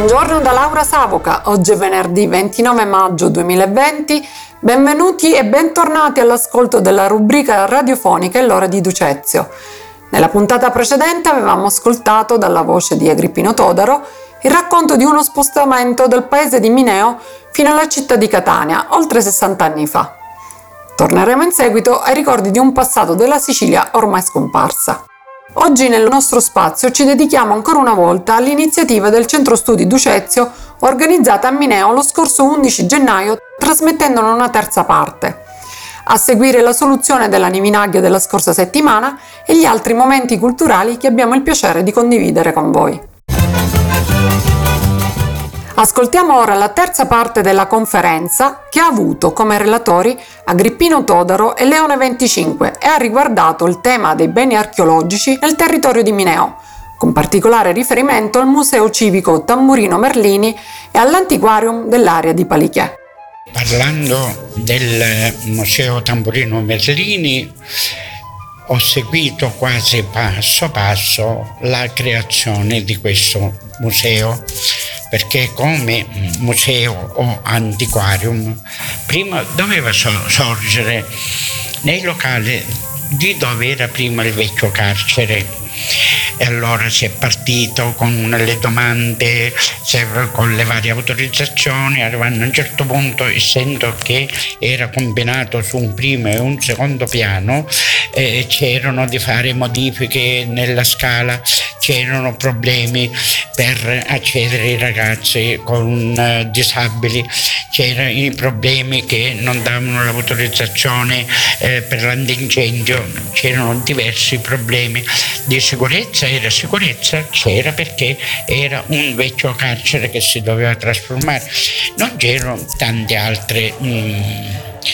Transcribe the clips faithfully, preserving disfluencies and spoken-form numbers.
Buongiorno da Laura Savoca, oggi è venerdì ventinove maggio duemilaventi, benvenuti e bentornati all'ascolto della rubrica radiofonica È l'ora di Ducezio. Nella puntata precedente avevamo ascoltato dalla voce di Agrippino Todaro il racconto di uno spostamento dal paese di Mineo fino alla città di Catania, oltre sessanta anni fa. Torneremo in seguito ai ricordi di un passato della Sicilia ormai scomparsa. Oggi nel nostro spazio ci dedichiamo ancora una volta all'iniziativa del Centro Studi Ducezio organizzata a Mineo lo scorso undici gennaio, trasmettendone una terza parte. A seguire la soluzione della Nivinaggia della scorsa settimana e gli altri momenti culturali che abbiamo il piacere di condividere con voi. Ascoltiamo ora la terza parte della conferenza che ha avuto come relatori Agrippino Todaro e Leone venticinque e ha riguardato il tema dei beni archeologici nel territorio di Mineo, con particolare riferimento al Museo Civico Tamburino Merlini e all'Antiquarium dell'area di Palichiè. Parlando del Museo Tamburino Merlini, ho seguito quasi passo passo la creazione di questo museo, perché come museo o antiquarium prima doveva sorgere nei locali di dove era prima il vecchio carcere. E allora si è partito con le domande, con le varie autorizzazioni, arrivando a un certo punto, essendo che era combinato su un primo e un secondo piano, eh, c'erano di fare modifiche nella scala, c'erano problemi per accedere ai ragazzi con uh, disabili, c'erano i problemi che non davano l'autorizzazione eh, per l'antincendio, c'erano diversi problemi di sicurezza. Era sicurezza, c'era perché era un vecchio carcere che si doveva trasformare, non c'erano tante altre mh,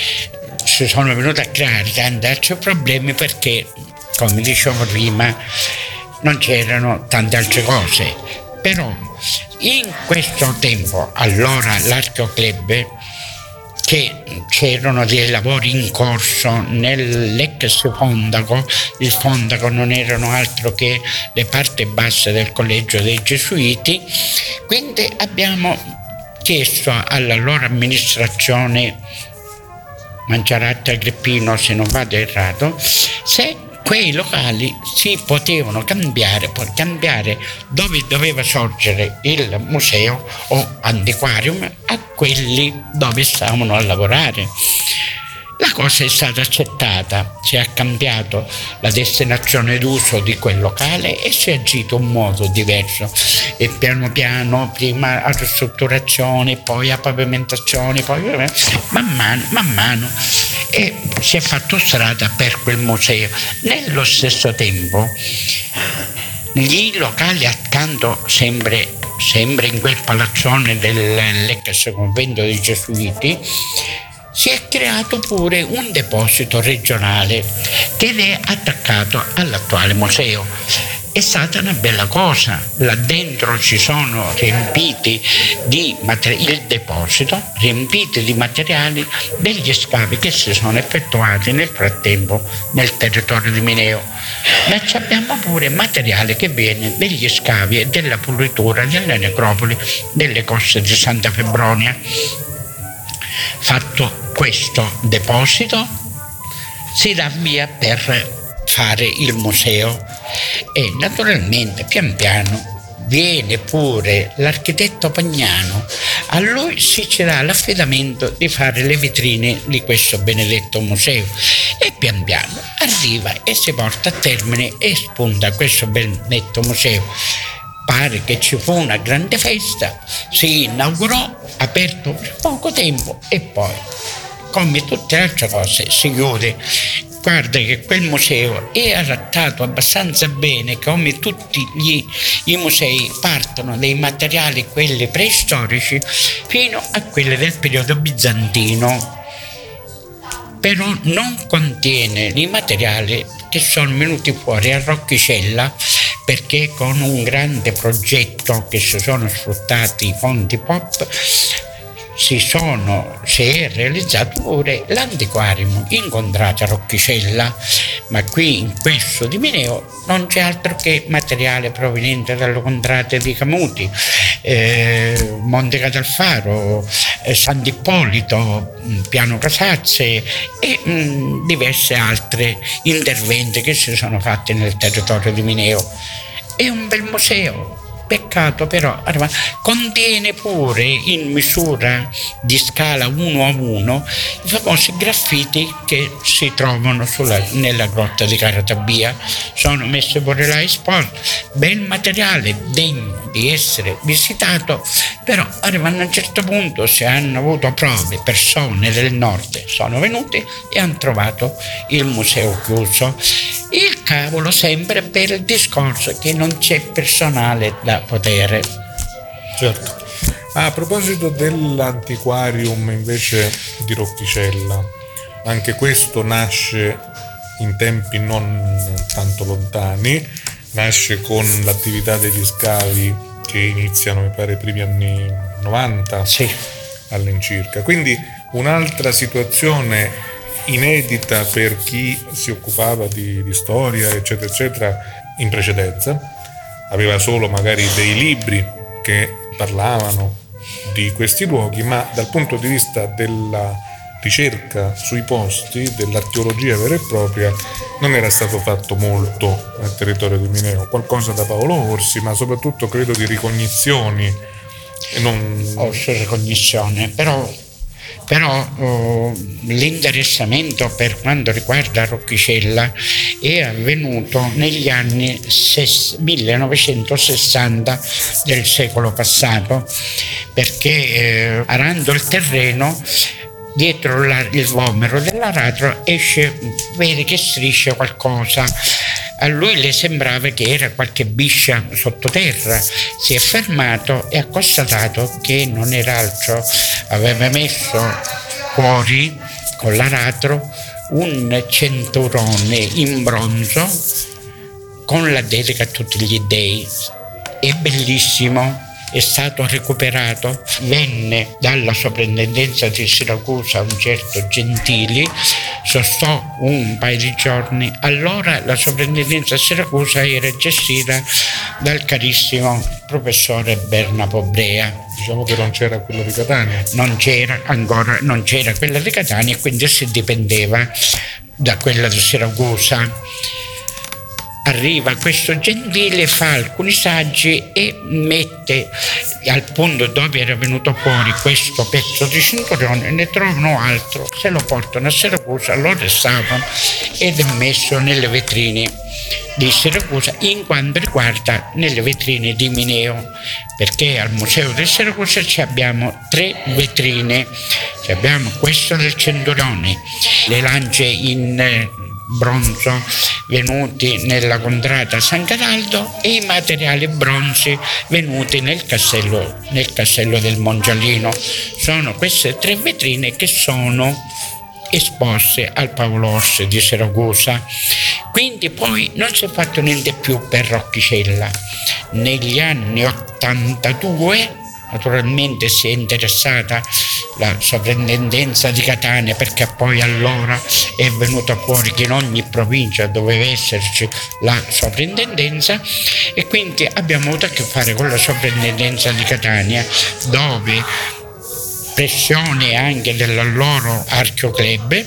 si sono venuti a creare tanti altri problemi perché, come dicevo prima, non c'erano tante altre cose. Però in questo tempo, allora l'Archeoclub, che c'erano dei lavori in corso nell'ex fondaco, il fondaco non erano altro che le parti basse del collegio dei Gesuiti, quindi abbiamo chiesto all'allora amministrazione Manciaratti Agrippino, se non vado errato, se quei locali si potevano cambiare, per cambiare dove doveva sorgere il museo o antiquarium a quelli dove stavano a lavorare. La cosa è stata accettata, si è cambiato la destinazione d'uso di quel locale e si è agito in modo diverso. E piano piano, prima a ristrutturazione, poi a pavimentazione, poi man mano, man mano, e si è fatto strada per quel museo. Nello stesso tempo, gli locali accanto, sempre, sempre in quel palazzone dell'ex convento dei Gesuiti, si è creato pure un deposito regionale che è attaccato all'attuale museo. È stata una bella cosa, là dentro ci sono riempiti di materi- il deposito, riempiti di materiali degli scavi che si sono effettuati nel frattempo nel territorio di Mineo. Ma abbiamo pure materiale che viene degli scavi e della pulitura delle necropoli delle coste di Santa Febronia. Fatto questo deposito, si dà via per fare il museo e naturalmente pian piano viene pure l'architetto Pagnano, a lui si ci dà l'affidamento di fare le vetrine di questo benedetto museo e pian piano arriva e si porta a termine e spunta questo benedetto museo. Pare che ci fu una grande festa, si inaugurò, aperto per poco tempo e poi, come tutte le altre cose, si chiude. Guarda che quel museo è adattato abbastanza bene, come tutti gli, i musei partono dai materiali, quelli preistorici, fino a quelli del periodo bizantino. Però non contiene i materiali che sono venuti fuori a Roccicella, perché con un grande progetto che si sono sfruttati i fondi P O P si, sono, si è realizzato pure l'antiquarium incontrato a Roccicella, ma qui in questo di Mineo non c'è altro che materiale proveniente dalle contrate di Camuti, eh, Monte Catalfaro, eh, Sant'Ippolito, Piano Casazze e mh, diversi altri interventi che si sono fatti nel territorio di Mineo. È un bel museo. Peccato però, contiene pure in misura di scala uno a uno i famosi graffiti che si trovano sulla, nella grotta di Caratabia. Sono messi pure là esposti, bel materiale degno di essere visitato, però arrivando a un certo punto si hanno avuto prove, persone del nord sono venuti e hanno trovato il museo chiuso. Il cavolo sempre per il discorso che non c'è personale da potere. Certo. A proposito dell'antiquarium invece di Roccicella, anche questo nasce in tempi non tanto lontani, nasce con l'attività degli scavi che iniziano, mi pare, i primi anni novanta, sì, all'incirca. Quindi un'altra situazione inedita per chi si occupava di, di storia, eccetera, eccetera, in precedenza. Aveva solo magari dei libri che parlavano di questi luoghi, ma dal punto di vista della ricerca sui posti, dell'archeologia vera e propria, non era stato fatto molto nel territorio di Mineo. Qualcosa da Paolo Orsi, ma soprattutto credo di ricognizioni. Non... Orsi ricognizione, però Però oh, l'interessamento per quanto riguarda Roccicella è avvenuto negli anni ses- millenovecentosessanta del secolo passato, perché eh, arando il terreno, dietro la, il vomero dell'aratro esce, vede che striscia qualcosa. A lui le sembrava che era qualche biscia sottoterra, si è fermato e ha constatato che non era altro, aveva messo fuori con l'aratro un centurone in bronzo con la dedica a tutti gli dei. È bellissimo. È stato recuperato, venne dalla soprintendenza di Siracusa un certo Gentili, sostò un paio di giorni. Allora la soprintendenza di Siracusa era gestita dal carissimo professore Bernabo Brea. Diciamo che non c'era quella di Catania. Non c'era ancora, non c'era quella di Catania e quindi si dipendeva da quella di Siracusa. Arriva questo Gentile, fa alcuni saggi e mette al punto dove era venuto fuori questo pezzo di cinturone, ne trovano altro, se lo portano a Siracusa, lo restavano ed è messo nelle vetrine di Siracusa, in quanto riguarda nelle vetrine di Mineo, perché al museo di Siracusa ci abbiamo tre vetrine, ci abbiamo questo del centurione, le lance in bronzo venuti nella contrada San Cataldo e i materiali bronzi venuti nel castello, nel castello del Mongialino. Sono queste tre vetrine che sono esposte al Paolo Orsi di Siracusa. Quindi poi non si è fatto niente più per Roccicella. Negli anni ottantadue naturalmente si è interessata la sovrintendenza di Catania, perché poi allora è venuto fuori che in ogni provincia doveva esserci la sovrintendenza e quindi abbiamo avuto a che fare con la sovrintendenza di Catania, dove pressione anche del loro archeoclub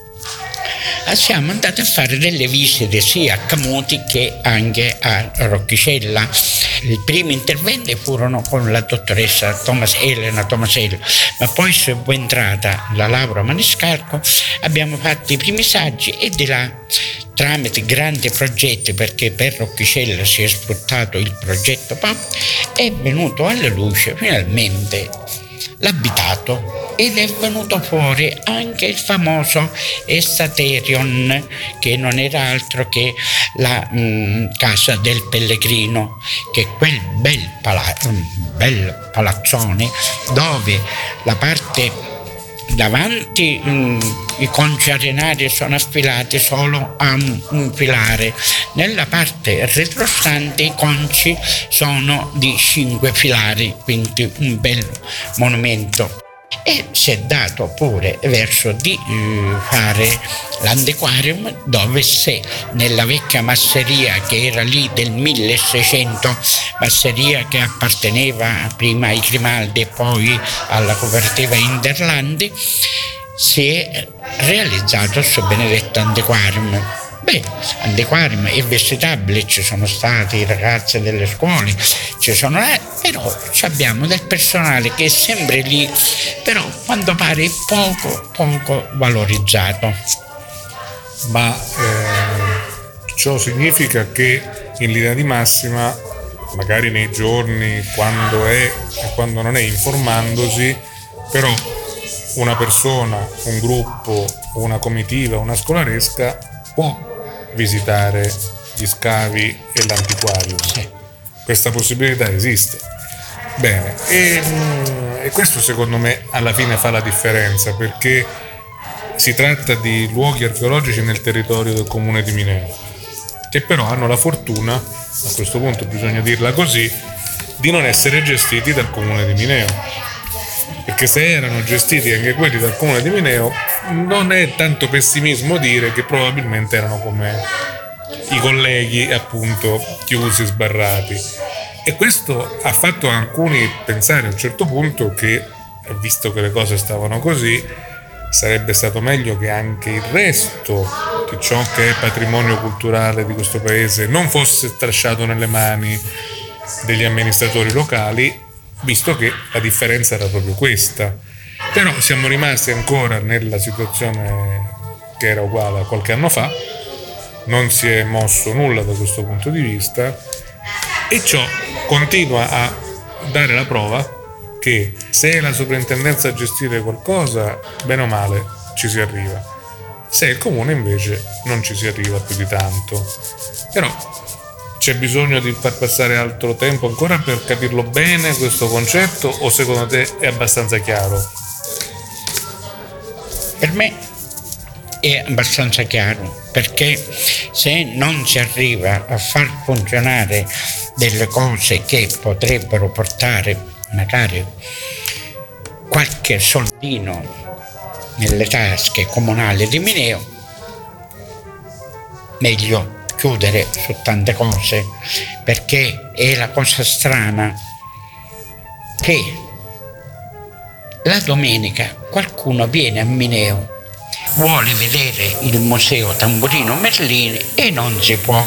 siamo andati a fare delle visite sia a Camuti che anche a Roccicella. I primi interventi furono con la dottoressa Thomas, Elena Tomasello, ma poi subentrata la Laura Maniscalco abbiamo fatto i primi saggi e di là, tramite grandi progetti, perché per Roccicella si è sfruttato il progetto P A P, è venuto alla luce finalmente l'abitato ed è venuto fuori anche il famoso Estaterion, che non era altro che la mh, casa del Pellegrino, che è quel bel, pala- bel palazzone dove la parte davanti mh, i conci arenari sono affilati solo a un, un filare, nella parte retrostante i conci sono di cinque filari, quindi un bel monumento. e si è dato pure verso di eh, fare l'antiquarium, dove se nella vecchia masseria che era lì del milleseicento, masseria che apparteneva prima ai Grimaldi e poi alla cooperativa Interlandi, si è realizzato questo benedetto antiquarium. Beh, antiquarium è visitabile, ci sono stati i ragazzi delle scuole, ci sono, eh, però abbiamo del personale che è sempre lì, però quando pare è poco, poco valorizzato. Ma eh, ciò significa che in linea di massima, magari nei giorni quando è e quando non è, informandosi, però una persona, un gruppo, una comitiva, una scolaresca può visitare gli scavi e l'antiquario. Sì. Questa possibilità esiste. Bene, e, e questo secondo me alla fine fa la differenza, perché si tratta di luoghi archeologici nel territorio del comune di Mineo, che però hanno la fortuna, a questo punto bisogna dirla così, di non essere gestiti dal comune di Mineo. Perché se erano gestiti anche quelli dal comune di Mineo, non è tanto pessimismo dire che probabilmente erano come i colleghi, appunto, chiusi, sbarrati. E questo ha fatto a alcuni pensare a un certo punto che, visto che le cose stavano così, sarebbe stato meglio che anche il resto di ciò che è patrimonio culturale di questo paese non fosse strasciato nelle mani degli amministratori locali, visto che la differenza era proprio questa. Però siamo rimasti ancora nella situazione che era uguale a qualche anno fa, non si è mosso nulla da questo punto di vista, e ciò continua a dare la prova che se è la soprintendenza a gestire qualcosa, bene o male ci si arriva, se è il comune invece non ci si arriva più di tanto. Però c'è bisogno di far passare altro tempo ancora per capirlo bene questo concetto, o secondo te è abbastanza chiaro? Per me è abbastanza chiaro, perché se non si arriva a far funzionare delle cose che potrebbero portare magari qualche soldino nelle tasche comunali di Mineo, meglio chiudere su tante cose, perché è la cosa strana che la domenica qualcuno viene a Mineo, vuole vedere il museo Tamburino Merlini e non si può,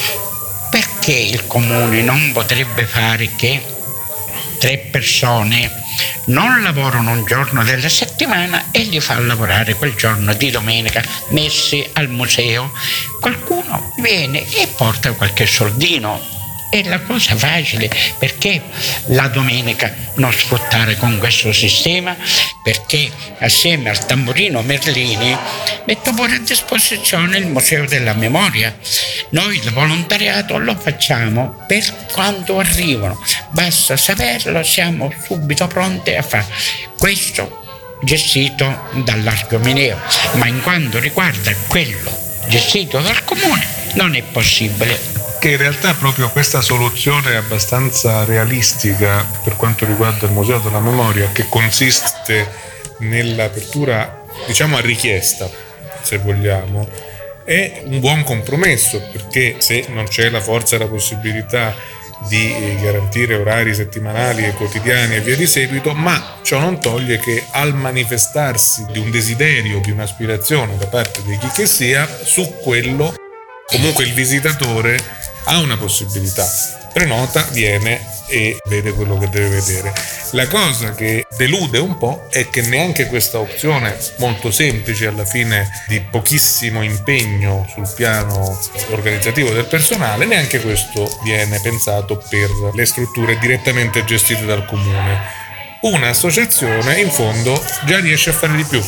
perché il comune non potrebbe fare che tre persone non lavorano un giorno della settimana e li fa lavorare quel giorno di domenica messi al museo. Qualcuno viene e porta qualche soldino. È la cosa facile, perché la domenica non sfruttare con questo sistema? Perché assieme al Tamburino Merlini metto pure a disposizione il Museo della Memoria. Noi il volontariato lo facciamo per quando arrivano, basta saperlo, siamo subito pronti a fare questo gestito dall'Archeo Mineo, ma in quanto riguarda quello gestito dal comune non è possibile. Che in realtà proprio questa soluzione abbastanza realistica per quanto riguarda il Museo della Memoria, che consiste nell'apertura, diciamo, a richiesta, se vogliamo, è un buon compromesso, perché se non c'è la forza e la possibilità di garantire orari settimanali e quotidiani e via di seguito, ma ciò non toglie che al manifestarsi di un desiderio, di un'aspirazione da parte di chi che sia, su quello comunque il visitatore ha una possibilità, prenota, viene e vede quello che deve vedere. La cosa che delude un po' è che neanche questa opzione molto semplice, alla fine di pochissimo impegno sul piano organizzativo del personale, neanche questo viene pensato per le strutture direttamente gestite dal comune. Un'associazione in fondo già riesce a fare di più,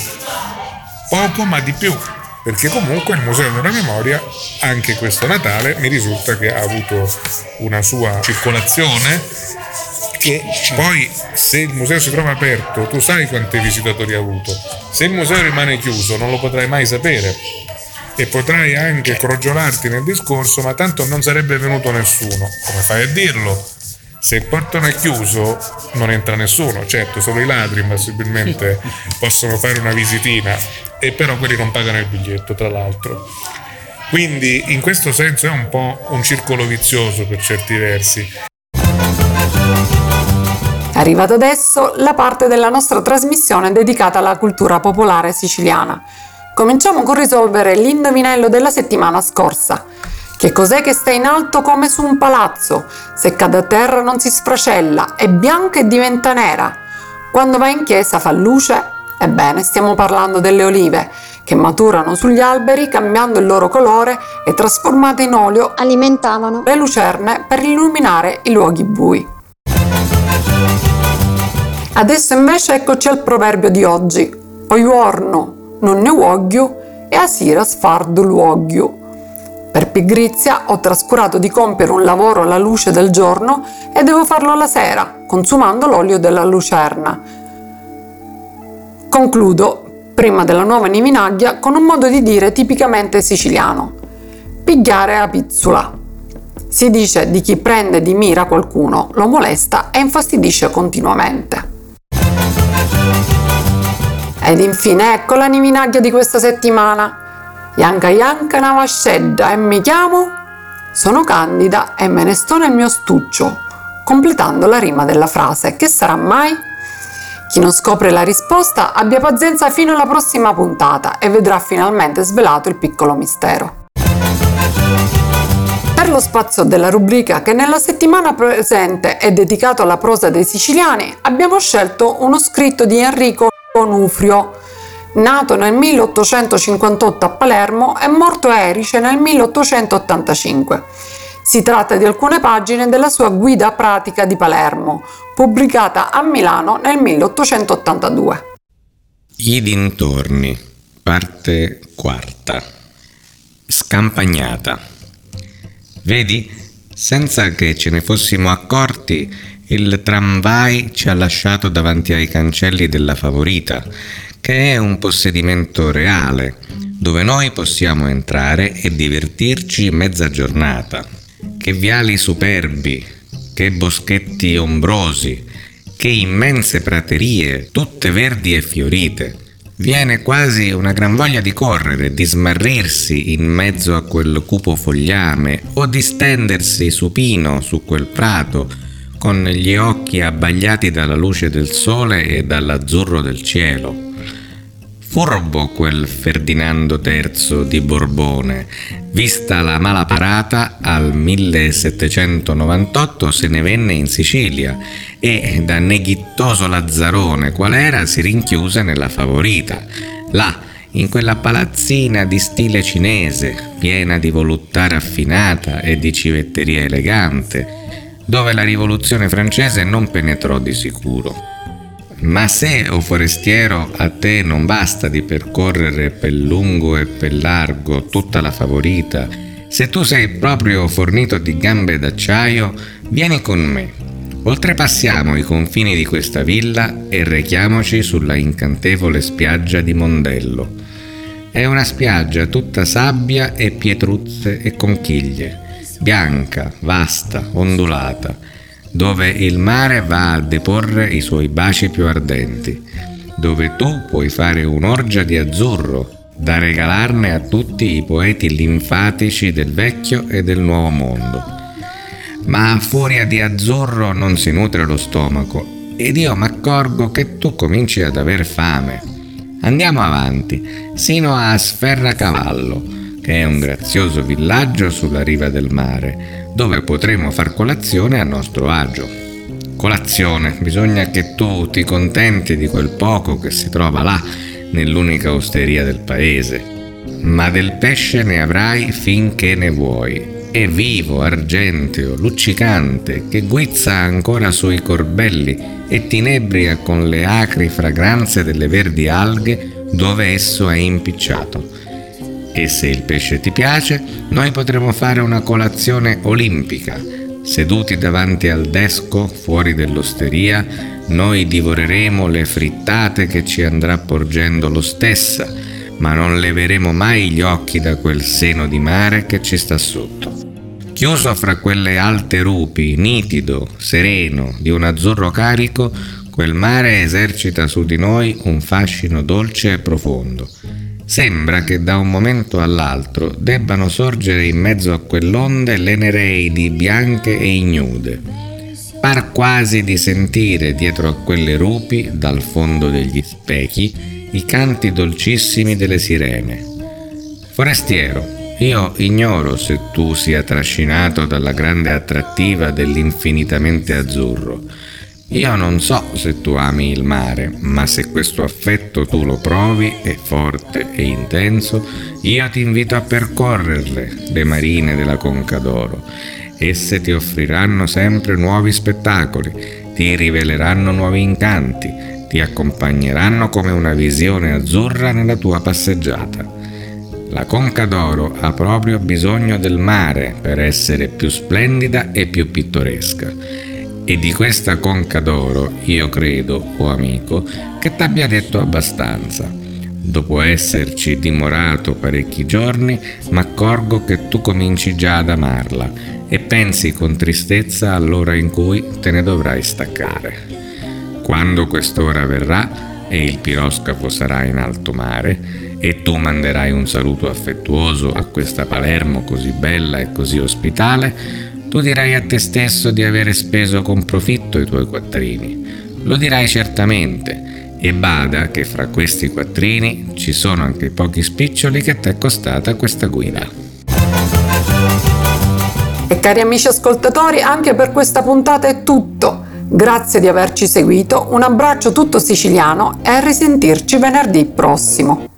poco ma di più, perché comunque il Museo della Memoria anche questo Natale mi risulta che ha avuto una sua circolazione, che poi se il museo si trova aperto tu sai quanti visitatori ha avuto, se il museo rimane chiuso non lo potrai mai sapere e potrai anche crogiolarti nel discorso, ma tanto non sarebbe venuto nessuno. Come fai a dirlo? Se il portone è chiuso non entra nessuno, certo solo i ladri possibilmente possono fare una visitina, e però quelli non pagano il biglietto, tra l'altro. Quindi in questo senso è un po' un circolo vizioso per certi versi. È arrivata adesso la parte della nostra trasmissione dedicata alla cultura popolare siciliana. Cominciamo con risolvere l'indovinello della settimana scorsa. Che cos'è che sta in alto come su un palazzo? Se cade a terra non si sfracella, è bianca e diventa nera. Quando va in chiesa fa luce? Ebbene, stiamo parlando delle olive, che maturano sugli alberi cambiando il loro colore e trasformate in olio alimentavano le lucerne per illuminare i luoghi bui. Adesso invece eccoci al proverbio di oggi. Oiuorno non ne uogghiu e a sera sfardu luogghiu. Per pigrizia ho trascurato di compiere un lavoro alla luce del giorno e devo farlo alla sera, consumando l'olio della lucerna. Concludo, prima della nuova Niminaglia, con un modo di dire tipicamente siciliano. Pigliare a pizzula. Si dice di chi prende di mira qualcuno, lo molesta e infastidisce continuamente. Ed infine ecco la Niminaglia di questa settimana. Ianca Ianca una vascedda e mi chiamo? Sono Candida e me ne sto nel mio stuccio, completando la rima della frase. Che sarà mai? Chi non scopre la risposta abbia pazienza fino alla prossima puntata e vedrà finalmente svelato il piccolo mistero. Per lo spazio della rubrica che nella settimana presente è dedicato alla prosa dei siciliani, abbiamo scelto uno scritto di Enrico Onufrio, nato nel milleottocentocinquantotto a Palermo e morto a Erice nel milleottocentottantacinque. Si tratta di alcune pagine della sua Guida pratica di Palermo, pubblicata a Milano nel milleottocentottantadue. I dintorni, parte quarta. Scampagnata. Vedi, senza che ce ne fossimo accorti, il tramvai ci ha lasciato davanti ai cancelli della Favorita, che è un possedimento reale, dove noi possiamo entrare e divertirci mezza giornata. Che viali superbi, che boschetti ombrosi, che immense praterie, tutte verdi e fiorite. Viene quasi una gran voglia di correre, di smarrirsi in mezzo a quel cupo fogliame o di stendersi supino su quel prato, con gli occhi abbagliati dalla luce del sole e dall'azzurro del cielo. Furbo quel Ferdinando terzo di Borbone, vista la mala parata al millesettecentonovantotto se ne venne in Sicilia e da neghittoso lazzarone qual era si rinchiuse nella Favorita, là in quella palazzina di stile cinese, piena di voluttà raffinata e di civetteria elegante, dove la rivoluzione francese non penetrò di sicuro. Ma se, o forestiero, a te non basta di percorrere per lungo e per largo tutta la Favorita, se tu sei proprio fornito di gambe d'acciaio, vieni con me. Oltrepassiamo i confini di questa villa e rechiamoci sulla incantevole spiaggia di Mondello. È una spiaggia tutta sabbia e pietruzze e conchiglie, bianca, vasta, ondulata, dove il mare va a deporre i suoi baci più ardenti, dove tu puoi fare un'orgia di azzurro da regalarne a tutti i poeti linfatici del vecchio e del nuovo mondo. Ma a furia di azzurro non si nutre lo stomaco ed io m'accorgo che tu cominci ad aver fame. Andiamo avanti, sino a Sferracavallo, che è un grazioso villaggio sulla riva del mare, dove potremo far colazione a nostro agio. Colazione, bisogna che tu ti contenti di quel poco che si trova là, nell'unica osteria del paese. Ma del pesce ne avrai finché ne vuoi, e vivo, argenteo, luccicante, che guizza ancora sui corbelli e ti inebria con le acri fragranze delle verdi alghe dove esso è impicciato. E se il pesce ti piace, noi potremo fare una colazione olimpica. Seduti davanti al desco, fuori dell'osteria, noi divoreremo le frittate che ci andrà porgendo lo stessa, ma non leveremo mai gli occhi da quel seno di mare che ci sta sotto. Chiuso fra quelle alte rupi, nitido, sereno, di un azzurro carico, quel mare esercita su di noi un fascino dolce e profondo. Sembra che da un momento all'altro debbano sorgere in mezzo a quell'onde le Nereidi bianche e ignude. Par quasi di sentire dietro a quelle rupi, dal fondo degli specchi, i canti dolcissimi delle sirene. Forestiero, io ignoro se tu sia trascinato dalla grande attrattiva dell'infinitamente azzurro. Io non so se tu ami il mare, ma se questo affetto tu lo provi, è forte e intenso, io ti invito a percorrerle, le marine della Conca d'Oro. Esse ti offriranno sempre nuovi spettacoli, ti riveleranno nuovi incanti, ti accompagneranno come una visione azzurra nella tua passeggiata. La Conca d'Oro ha proprio bisogno del mare per essere più splendida e più pittoresca. E di questa Conca d'Oro io credo, o oh amico, che t'abbia detto abbastanza. Dopo esserci dimorato parecchi giorni, m'accorgo che tu cominci già ad amarla e pensi con tristezza all'ora in cui te ne dovrai staccare. Quando quest'ora verrà e il piroscafo sarà in alto mare e tu manderai un saluto affettuoso a questa Palermo così bella e così ospitale, tu dirai a te stesso di avere speso con profitto i tuoi quattrini. Lo dirai certamente, e bada che fra questi quattrini ci sono anche i pochi spiccioli che t'è costata questa guida. E cari amici ascoltatori, anche per questa puntata è tutto. Grazie di averci seguito, un abbraccio tutto siciliano e a risentirci venerdì prossimo.